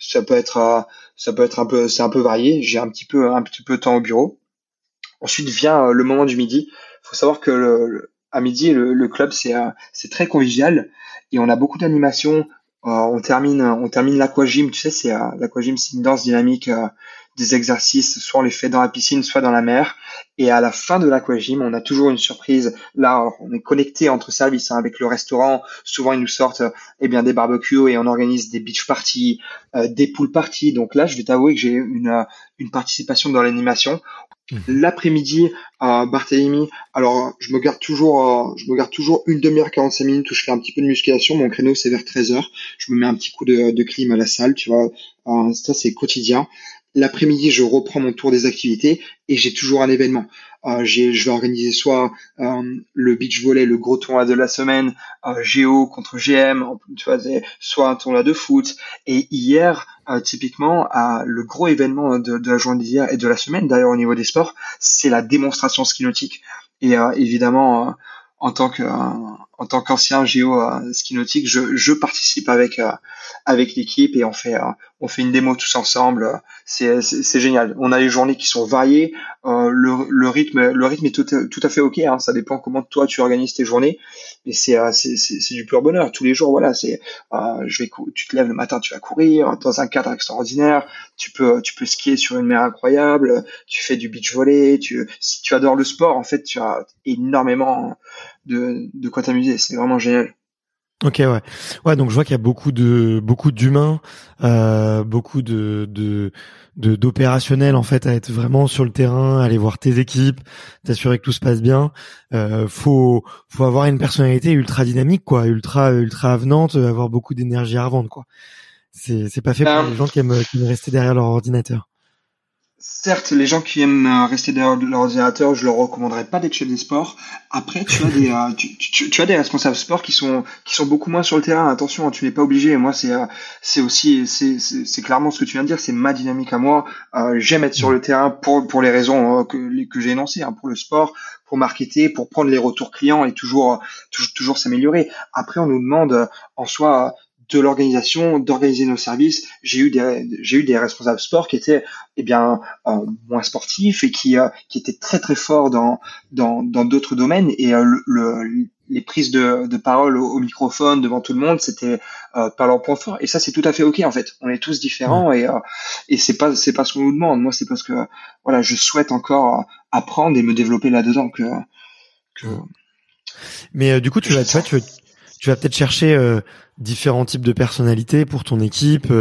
Ça peut être c'est un peu varié. J'ai un petit peu de temps au bureau. Ensuite vient le moment du midi. Il faut savoir que à midi, le club, c'est très convivial et on a beaucoup d'animations. On termine l'aquagym. Tu sais, l'aquagym, c'est une danse dynamique. des exercices, soit on les fait dans la piscine, soit dans la mer. Et à la fin de l'aquagym, on a toujours une surprise. Là, alors, on est connecté entre services, hein, avec le restaurant. Souvent, ils nous sortent des barbecues et on organise des beach parties, des pool parties. Donc là, je vais t'avouer que j'ai une participation dans l'animation. Mhm. L'après-midi, Barthélemy, alors je me garde toujours une demi-heure, 45 minutes où je fais un petit peu de musculation. Mon créneau, c'est vers 13 heures. Je me mets un petit coup de clim à la salle, tu vois. Ça, c'est quotidien. L'après-midi, je reprends mon tour des activités et j'ai toujours un événement. Je vais organiser soit le beach volley, le gros tournoi de la semaine, Géo contre GM, tu vois, soit un tournoi de foot. Et hier, typiquement, le gros événement de la journée d'hier et de la semaine, d'ailleurs au niveau des sports, c'est la démonstration ski nautique. Et évidemment, en tant qu'ancien géo ski nautique, je participe avec l'équipe et on fait une démo tous ensemble. C'est génial. On a les journées qui sont variées. Le rythme est tout à fait ok, hein. Ça dépend comment toi tu organises tes journées, mais c'est du pur bonheur. Tous les jours, voilà, tu te lèves le matin, tu vas courir dans un cadre extraordinaire. Tu peux skier sur une mer incroyable. Tu fais du beach volley. Si tu adores le sport, en fait, tu as énormément de quoi t'amuser. C'est vraiment génial. Ok, ouais, ouais. Donc je vois qu'il y a beaucoup d'humains, beaucoup d'opérationnels en fait à être vraiment sur le terrain, aller voir tes équipes, t'assurer que tout se passe bien. Faut avoir une personnalité ultra dynamique, quoi, ultra avenante, avoir beaucoup d'énergie à revendre, quoi. C'est pas fait pour Ben, les gens qui aiment rester derrière leur ordinateur. Certes, les gens qui aiment rester derrière leur ordinateur, je leur recommanderais pas d'être chef des sports. Après, tu as des responsables sport qui sont beaucoup moins sur le terrain. Attention, hein, tu n'es pas obligé. Moi, c'est aussi, c'est clairement ce que tu viens de dire. C'est ma dynamique à moi. J'aime être sur Mm. le terrain pour les raisons que j'ai énoncées, hein, pour le sport, pour marketer, pour prendre les retours clients et toujours s'améliorer. Après, on nous demande en soi de l'organisation, d'organiser nos services. J'ai eu des responsables sport qui étaient, eh bien, moins sportifs et qui étaient très très forts dans d'autres domaines et les prises de parole au microphone devant tout le monde, c'était pas leur point fort, et ça c'est tout à fait ok. En fait, on est tous Ouais. différents et c'est pas ce qu'on nous demande. Moi, c'est parce que voilà, je souhaite encore apprendre et me développer là-dedans que Mm. Mais du coup, que je fais ça. tu vas peut-être chercher différents types de personnalités pour ton équipe,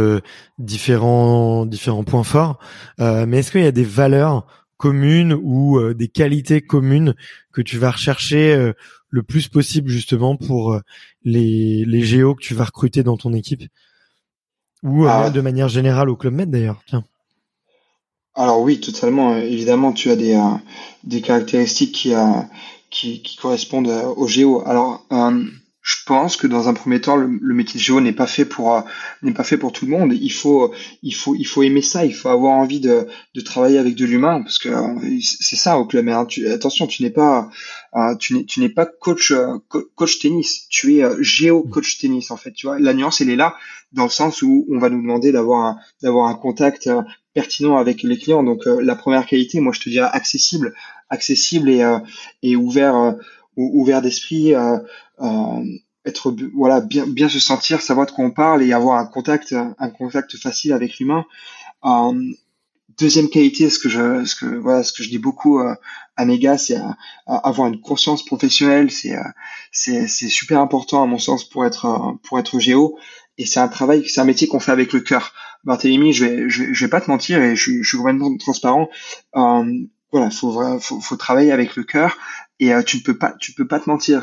différents points forts. Mais est-ce qu'il y a des valeurs communes ou des qualités communes que tu vas rechercher le plus possible justement pour les géos que tu vas recruter dans ton équipe ou même de Ah, manière générale au Club Med d'ailleurs. Tiens. alors oui, totalement. Évidemment, tu as des caractéristiques qui correspondent au géo. Alors, je pense que dans un premier temps, le métier de géo n'est pas fait pour tout le monde. Il faut aimer ça. Il faut avoir envie de travailler avec de l'humain, parce que c'est ça au club. Hein. Attention, tu n'es pas coach tennis. Tu es géo coach tennis en fait. Tu vois, la nuance elle est là dans le sens où on va nous demander d'avoir un contact pertinent avec les clients. Donc la première qualité, moi je te dirais accessible et ouvert, ouvert d'esprit, voilà, bien se sentir, savoir de quoi on parle et avoir un contact facile avec l'humain. Euh, Deuxième qualité, ce que je dis beaucoup à mes gars, c'est avoir une conscience professionnelle. C'est super important à mon sens pour être géo. Et c'est un métier qu'on fait avec le cœur. Barthélémy, je vais pas te mentir et je suis complètement transparent. Voilà, faut travailler avec le cœur et tu peux pas te mentir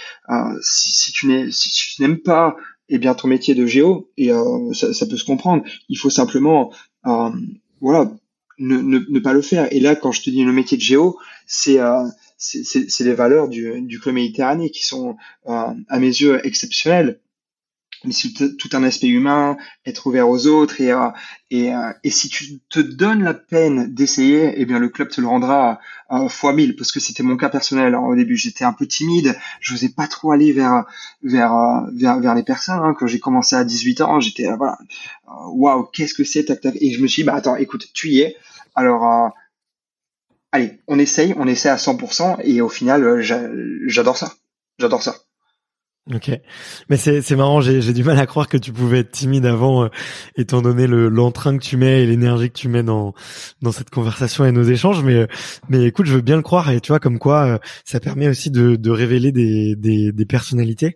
si tu n'aimes pas eh bien ton métier de géo et ça peut se comprendre. Il faut simplement euh, voilà, ne pas le faire. Et là, quand je te dis le métier de géo, c'est les valeurs du club méditerranéen qui sont, à mes yeux, exceptionnelles. Mais c'est tout un aspect humain, être ouvert aux autres et si tu te donnes la peine d'essayer, eh bien le club te le rendra fois 1000 parce que c'était mon cas personnel. Alors, au début, j'étais un peu timide, je n'osais pas trop aller vers les personnes. Hein. Quand j'ai commencé à 18 ans, j'étais voilà, waouh, qu'est-ce que c'est, tac tac. Et je me suis dit, bah attends, écoute, tu y es. Alors allez, on essaye à 100% et au final, j'adore ça, j'adore ça. Ok, mais c'est marrant, j'ai du mal à croire que tu pouvais être timide avant, étant donné l'entrain que tu mets et l'énergie que tu mets dans cette conversation et nos échanges. Mais écoute, je veux bien le croire, et tu vois comme quoi ça permet aussi de révéler des personnalités.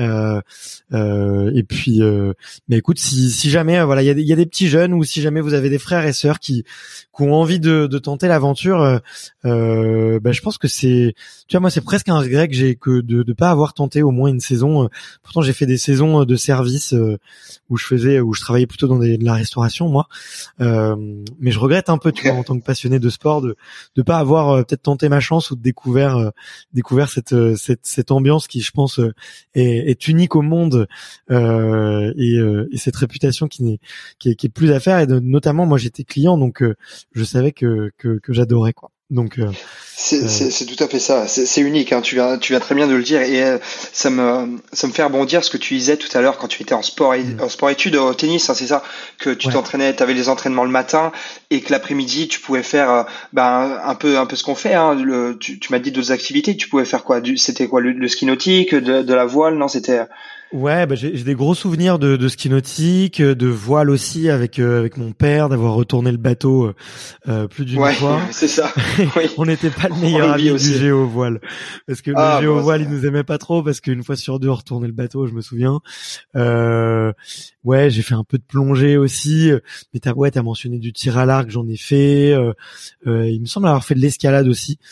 Et puis, mais écoute, si jamais voilà, il y a des petits jeunes, ou si jamais vous avez des frères et sœurs qui ont envie de tenter l'aventure, je pense que c'est, tu vois, moi c'est presque un regret que j'ai, que de pas avoir tenté au moins une saison. Pourtant j'ai fait des saisons de service où je travaillais plutôt dans de la restauration moi. Mais je regrette un peu, tu vois, en tant que passionné de sport, de pas avoir peut-être tenté ma chance, ou de découvert cette ambiance qui, je pense, est unique au monde, et cette réputation qui est plus à faire. Et notamment moi j'étais client, donc je savais que j'adorais, quoi. Donc c'est tout à fait ça. C'est unique, hein. Tu viens très bien de le dire, et ça me fait rebondir ce que tu disais tout à l'heure quand tu étais en sport études au tennis, hein, c'est ça, que tu ouais. t'entraînais, tu avais les entraînements le matin, et que l'après-midi tu pouvais faire un peu ce qu'on fait, hein. Tu m'as dit d'autres activités. Tu pouvais faire quoi? C'était quoi, le ski nautique, de la voile? Non, c'était Ouais, j'ai des gros souvenirs de ski nautique, de voile aussi, avec mon père, d'avoir retourné le bateau plus d'une ouais, fois. c'est ça. Oui, On n'était pas le on meilleur l'oublie ami du aussi. géo voile, parce que le Ah géo bon, voile, il nous aimait pas trop, parce qu'une fois sur deux on retournait le bateau, je me souviens. Ouais, j'ai fait un peu de plongée aussi, mais t'as mentionné du tir à l'arc, j'en ai fait. Il me semble avoir fait de l'escalade aussi.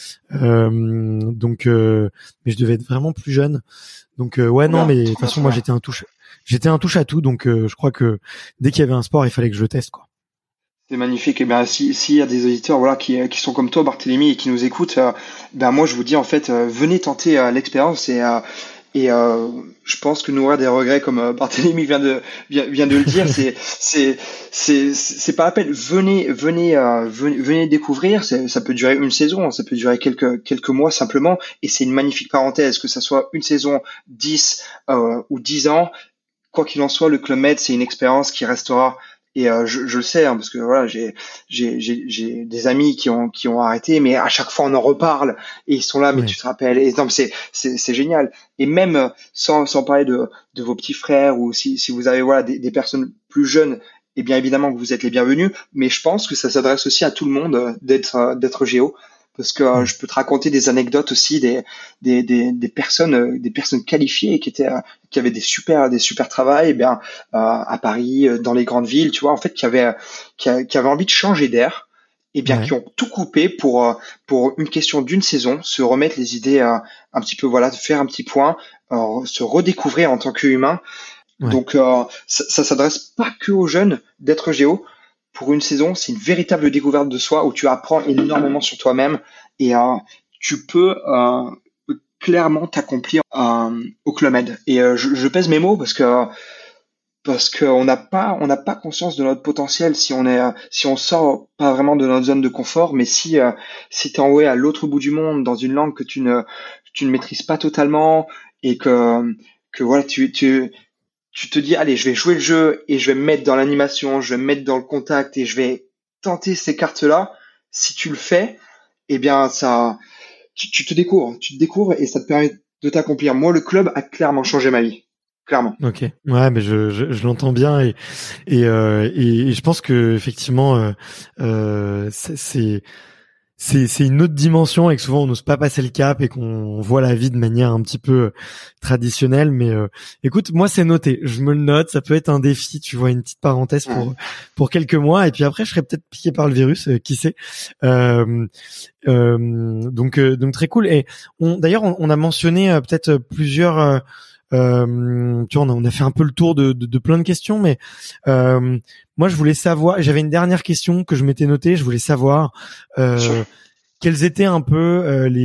Mais je devais être vraiment plus jeune. Donc ouais, trop non, bien, mais de toute trop bien, façon trop moi bien. j'étais un touche à tout, donc je crois que dès qu'il y avait un sport, il fallait que je le teste, quoi. C'est magnifique. Et bien, s'il y a des auditeurs, voilà, qui sont comme toi, Barthélémy, et qui nous écoutent, ben moi je vous dis en fait, venez tenter l'expérience, et je pense que nourrir des regrets, comme Barthélémy vient de le dire, c'est pas la peine. Venez découvrir. Ça peut durer une saison, ça peut durer quelques mois simplement, et c'est une magnifique parenthèse, que ça soit une saison, 10 ou 10 ans. Quoi qu'il en soit, le Club Med, c'est une expérience qui restera. Et je le sais, hein, parce que voilà, j'ai des amis qui ont arrêté, mais à chaque fois on en reparle, et ils sont là, mais Ouais, tu te rappelles. Et non, mais c'est génial. Et même sans parler de vos petits frères, ou si vous avez voilà des personnes plus jeunes, et bien évidemment que vous êtes les bienvenus. Mais je pense que ça s'adresse aussi à tout le monde, d'être géo, parce que ouais, je peux te raconter des anecdotes aussi, des personnes qualifiées qui avaient des super travails, eh bien à Paris, dans les grandes villes, tu vois, en fait, qui avaient envie de changer d'air, et bien ouais, qui ont tout coupé pour une question d'une saison, se remettre les idées un petit peu, voilà, faire un petit point, se redécouvrir en tant qu'humain. ouais. Donc ça s'adresse pas que aux jeunes d'être géo. Pour une saison, c'est une véritable découverte de soi, où tu apprends énormément sur toi-même, et tu peux clairement t'accomplir au Club Med. Et je pèse mes mots, parce qu'on n'a pas conscience de notre potentiel si on sort pas vraiment de notre zone de confort. Mais si t'es envoyé à l'autre bout du monde dans une langue que tu ne maîtrises pas totalement, et que voilà, tu te dis, allez, je vais jouer le jeu, et je vais me mettre dans l'animation, je vais me mettre dans le contact, et je vais tenter ces cartes-là. Si tu le fais, eh bien tu te découvres, et ça te permet de t'accomplir. Moi, le club a clairement changé ma vie, clairement. Ok. Ouais, mais je l'entends bien, et je pense que effectivement, c'est une autre dimension, et que souvent on n'ose pas passer le cap, et qu'on voit la vie de manière un petit peu traditionnelle. Mais écoute, moi c'est noté, je me le note, ça peut être un défi, tu vois, une petite parenthèse Ouais. pour quelques mois, et puis après je serai peut-être piqué par le virus, qui sait. Euh, donc très cool. Et d'ailleurs on a mentionné peut-être plusieurs tu vois, on a fait un peu le tour de plein de questions, mais moi je voulais savoir, j'avais une dernière question que je m'étais notée, je voulais savoir Bien sûr. euh, quels étaient un peu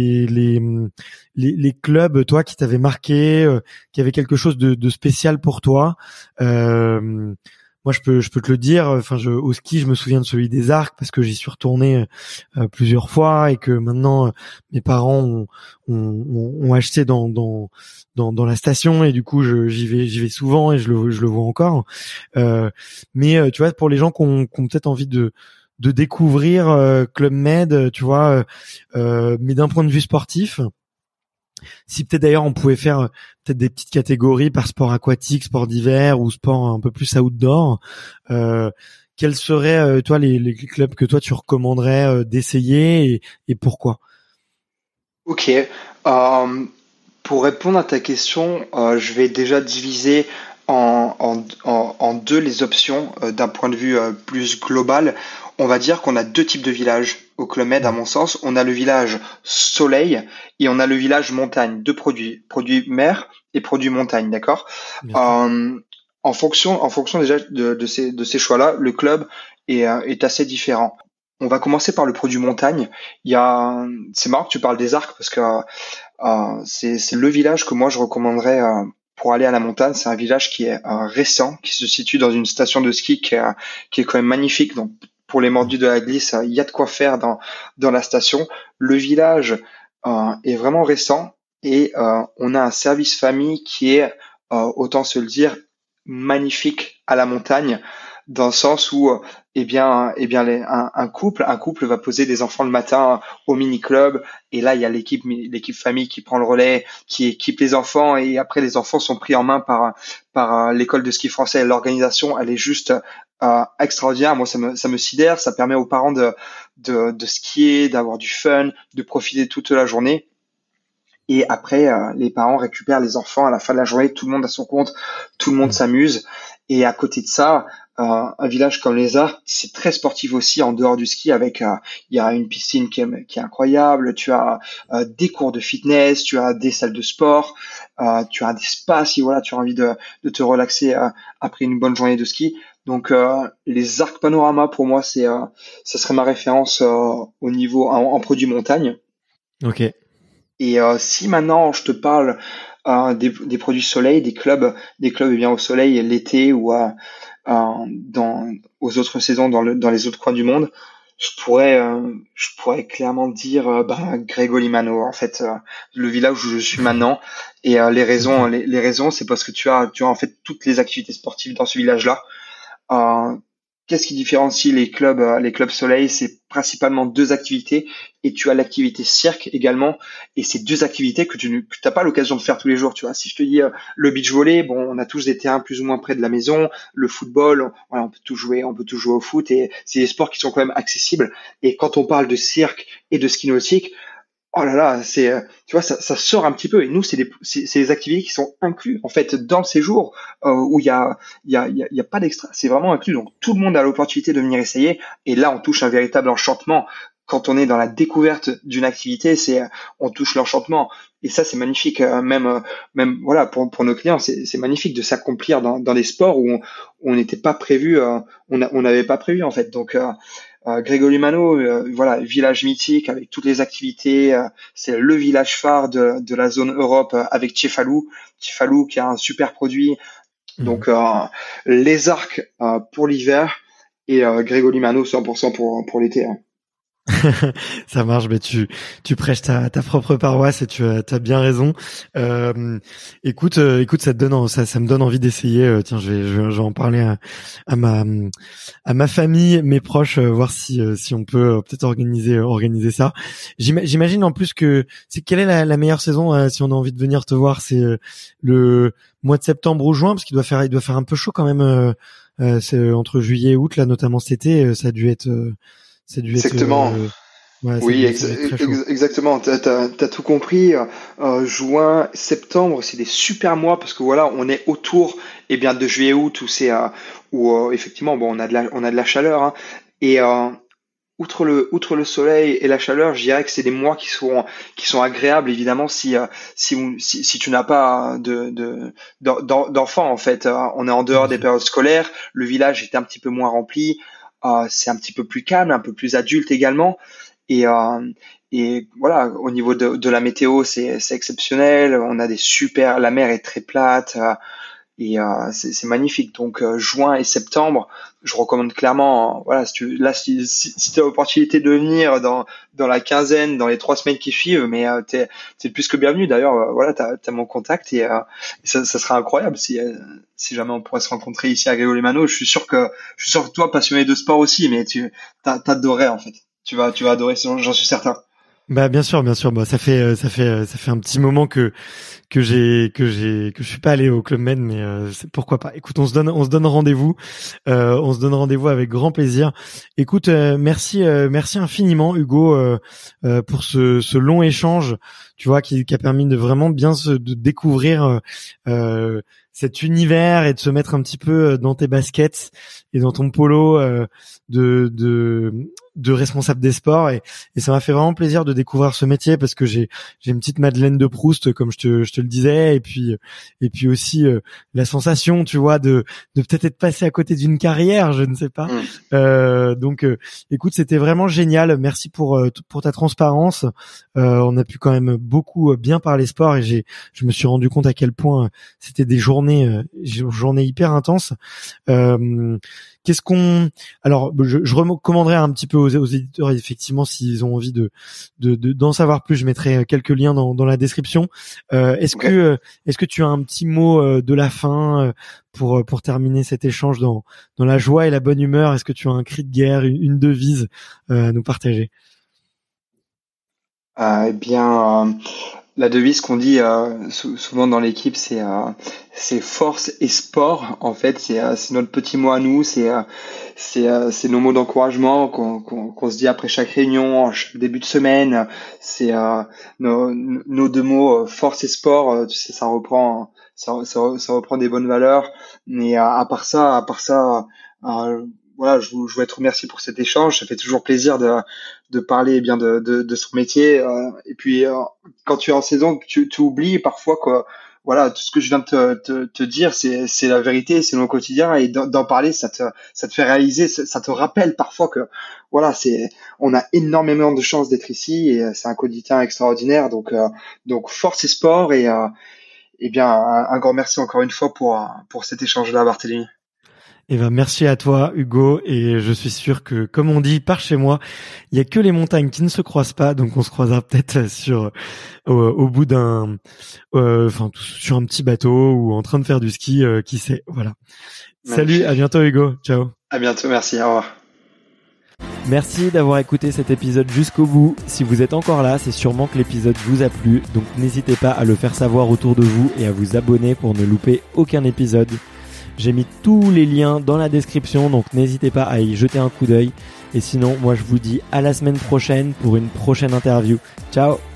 les clubs, toi, qui t'avaient marqué, qui avaient quelque chose de spécial pour toi. Moi je peux te le dire, enfin au ski je me souviens de celui des Arcs, parce que j'y suis retourné plusieurs fois, et que maintenant mes parents ont acheté dans la station, et du coup j'y vais souvent, et je le vois encore. Mais tu vois, pour les gens qui ont peut-être envie de découvrir Club Med, tu vois, mais d'un point de vue sportif, Si peut-être d'ailleurs on pouvait faire peut-être des petites catégories par sport aquatique, sport d'hiver ou sport un peu plus outdoor. Quels seraient toi les clubs que toi tu recommanderais d'essayer et pourquoi? Ok. Pour répondre à ta question, je vais déjà diviser en deux les options d'un point de vue plus global. On va dire qu'on a deux types de villages au Club Med, à Ouais, mon sens. On a le village soleil et on a le village montagne. Deux produits, produits mer et produits montagne, d'accord? bien sûr. Euh, en fonction déjà de ces choix-là, le club est assez différent. On va commencer par le produit montagne. C'est marrant que tu parles des arcs parce que c'est le village que moi je recommanderais pour aller à la montagne. C'est un village qui est récent, qui se situe dans une station de ski qui est quand même magnifique. Donc pour les mordus de la glisse, il y a de quoi faire dans la station. Le village est vraiment récent et on a un service famille qui est, autant se le dire, magnifique à la montagne, dans le sens où un couple va poser des enfants le matin au mini club et là il y a l'équipe famille qui prend le relais, qui équipe les enfants et après les enfants sont pris en main par l'école de ski français. L'organisation elle est juste extraordinaire. Moi ça me sidère, ça permet aux parents de skier, d'avoir du fun, de profiter toute la journée. Et après, les parents récupèrent les enfants à la fin de la journée, tout le monde a son compte, tout le monde Mm. s'amuse. Et à côté de ça, un village comme les Arcs, c'est très sportif aussi en dehors du ski avec, il y a une piscine qui est incroyable, tu as des cours de fitness, tu as des salles de sport, tu as des spas si voilà, tu as envie de te relaxer après une bonne journée de ski. Donc les Arcs Panorama pour moi ça serait ma référence au niveau en produit montagne. Ok. Et si maintenant je te parle des produits soleil, des clubs eh bien au soleil l'été ou aux autres saisons dans les autres coins du monde, je pourrais clairement dire Grego Limano en fait, le village où je suis maintenant. Et Ok. les raisons c'est parce que tu as en fait toutes les activités sportives dans ce village-là. euh, Qu'est-ce qui différencie les clubs soleil? C'est principalement deux activités et tu as l'activité cirque également. Et c'est deux activités que tu n'as pas l'occasion de faire tous les jours. Tu vois, si je te dis le beach volley, bon, on a tous des terrains plus ou moins près de la maison. Le football, voilà, on peut tout jouer au foot et c'est des sports qui sont quand même accessibles. Et quand on parle de cirque et de ski nautique, oh là là, tu vois, ça sort un petit peu. Et nous, c'est des activités qui sont inclus en fait dans le séjour où il y a pas d'extra. C'est vraiment inclus. Donc tout le monde a l'opportunité de venir essayer. Et là, on touche un véritable enchantement. Quand on est dans la découverte d'une activité, on touche l'enchantement. Et ça, c'est magnifique. Même voilà pour nos clients, c'est magnifique de s'accomplir dans des sports où on n'était pas prévu, on n'avait pas prévu en fait. Donc Grégory Mano, voilà, village mythique avec toutes les activités. C'est le village phare de la zone Europe avec Cefalù qui a un super produit. Mhm. Donc les arcs pour l'hiver et Grégory Mano 100% pour l'été, hein. Ça marche, mais tu prêches ta propre paroisse et tu as bien raison. Écoute, ça te donne ça me donne envie d'essayer. Tiens, je vais en parler à ma famille, mes proches, voir si on peut peut-être organiser ça. J'imagine en plus que c'est quelle est la meilleure saison si on a envie de venir te voir, c'est le mois de septembre ou juin parce qu'il doit faire un peu chaud quand même. C'est entre juillet et août là, notamment cet été, ça a dû être Exactement. ouais, Oui, ça a dû être très chaud. exactement. T'as tout compris. Juin, septembre, c'est des super mois parce que voilà, on est autour, de juillet, août où effectivement, bon, on a de la chaleur, hein. Et outre le soleil et la chaleur, je dirais que c'est des mois qui sont agréables, évidemment, si tu n'as pas d'enfants, en fait. On est en dehors Bien des sûr. périodes scolaires, le village est un petit peu moins rempli, c'est un petit peu plus calme, un peu plus adulte également. Et, voilà, au niveau de la météo, c'est exceptionnel. On a la mer est très plate. Et c'est magnifique. Donc juin et septembre, je recommande clairement. Voilà, si tu as l'opportunité de venir dans la quinzaine, dans les 3 semaines qui suivent, mais t'es plus que bienvenu. D'ailleurs, voilà, t'as mon contact et ça sera incroyable si jamais on pourrait se rencontrer ici à Grégory-les-Mano. Je suis sûr que toi, passionné de sport aussi, mais t'adorais en fait. Tu vas adorer, j'en suis certain. Bah bien sûr, bien sûr. Bah ça fait un petit moment que je suis pas allé au Club Med, mais pourquoi pas. Écoute, on se donne rendez-vous, avec grand plaisir. Écoute, merci infiniment Hugo pour ce long échange, tu vois, qui a permis de vraiment bien de découvrir cet univers et de se mettre un petit peu dans tes baskets et dans ton polo de responsable des sports, et ça m'a fait vraiment plaisir de découvrir ce métier, parce que j'ai une petite Madeleine de Proust, comme je te le disais, et puis aussi la sensation, tu vois, de peut-être être passé à côté d'une carrière, je ne sais pas. Donc écoute, c'était vraiment génial. Merci pour ta transparence. On a pu quand même beaucoup bien parler sport, et je me suis rendu compte à quel point c'était des journées hyper intenses. Alors, je recommanderais un petit peu aux éditeurs, effectivement, s'ils ont envie d'en savoir plus, je mettrai quelques liens dans la description. Est-ce que tu as un petit mot de la fin pour terminer cet échange dans la joie et la bonne humeur? Est-ce que tu as un cri de guerre, une devise à nous partager? La devise qu'on dit souvent dans l'équipe, c'est force et sport. En fait, c'est notre petit mot à nous. C'est nos mots d'encouragement qu'on se dit après chaque réunion, chaque début de semaine. C'est nos deux mots, force et sport. Tu sais, ça reprend des bonnes valeurs. Mais à part ça, voilà, je voulais te remercier pour cet échange. Ça fait toujours plaisir de parler bien de son métier. Et puis quand tu es en saison, tu oublies parfois que voilà, tout ce que je viens de te dire, c'est la vérité, c'est mon quotidien, et d'en parler, ça te fait réaliser, ça te rappelle parfois que voilà, on a énormément de chance d'être ici, et c'est un quotidien extraordinaire. Donc force et sport, et bien un grand merci encore une fois pour cet échange-là, Barthélémy. Eh ben, merci à toi, Hugo, et je suis sûr que, comme on dit par chez moi, il y a que les montagnes qui ne se croisent pas, donc on se croisera peut-être au bout sur un petit bateau ou en train de faire du ski, qui sait, voilà. Magnifique. Salut, à bientôt, Hugo. Ciao. À bientôt, merci, au revoir. Merci d'avoir écouté cet épisode jusqu'au bout. Si vous êtes encore là, c'est sûrement que l'épisode vous a plu, donc n'hésitez pas à le faire savoir autour de vous et à vous abonner pour ne louper aucun épisode. J'ai mis tous les liens dans la description, donc n'hésitez pas à y jeter un coup d'œil. Et sinon, moi je vous dis à la semaine prochaine pour une prochaine interview. Ciao!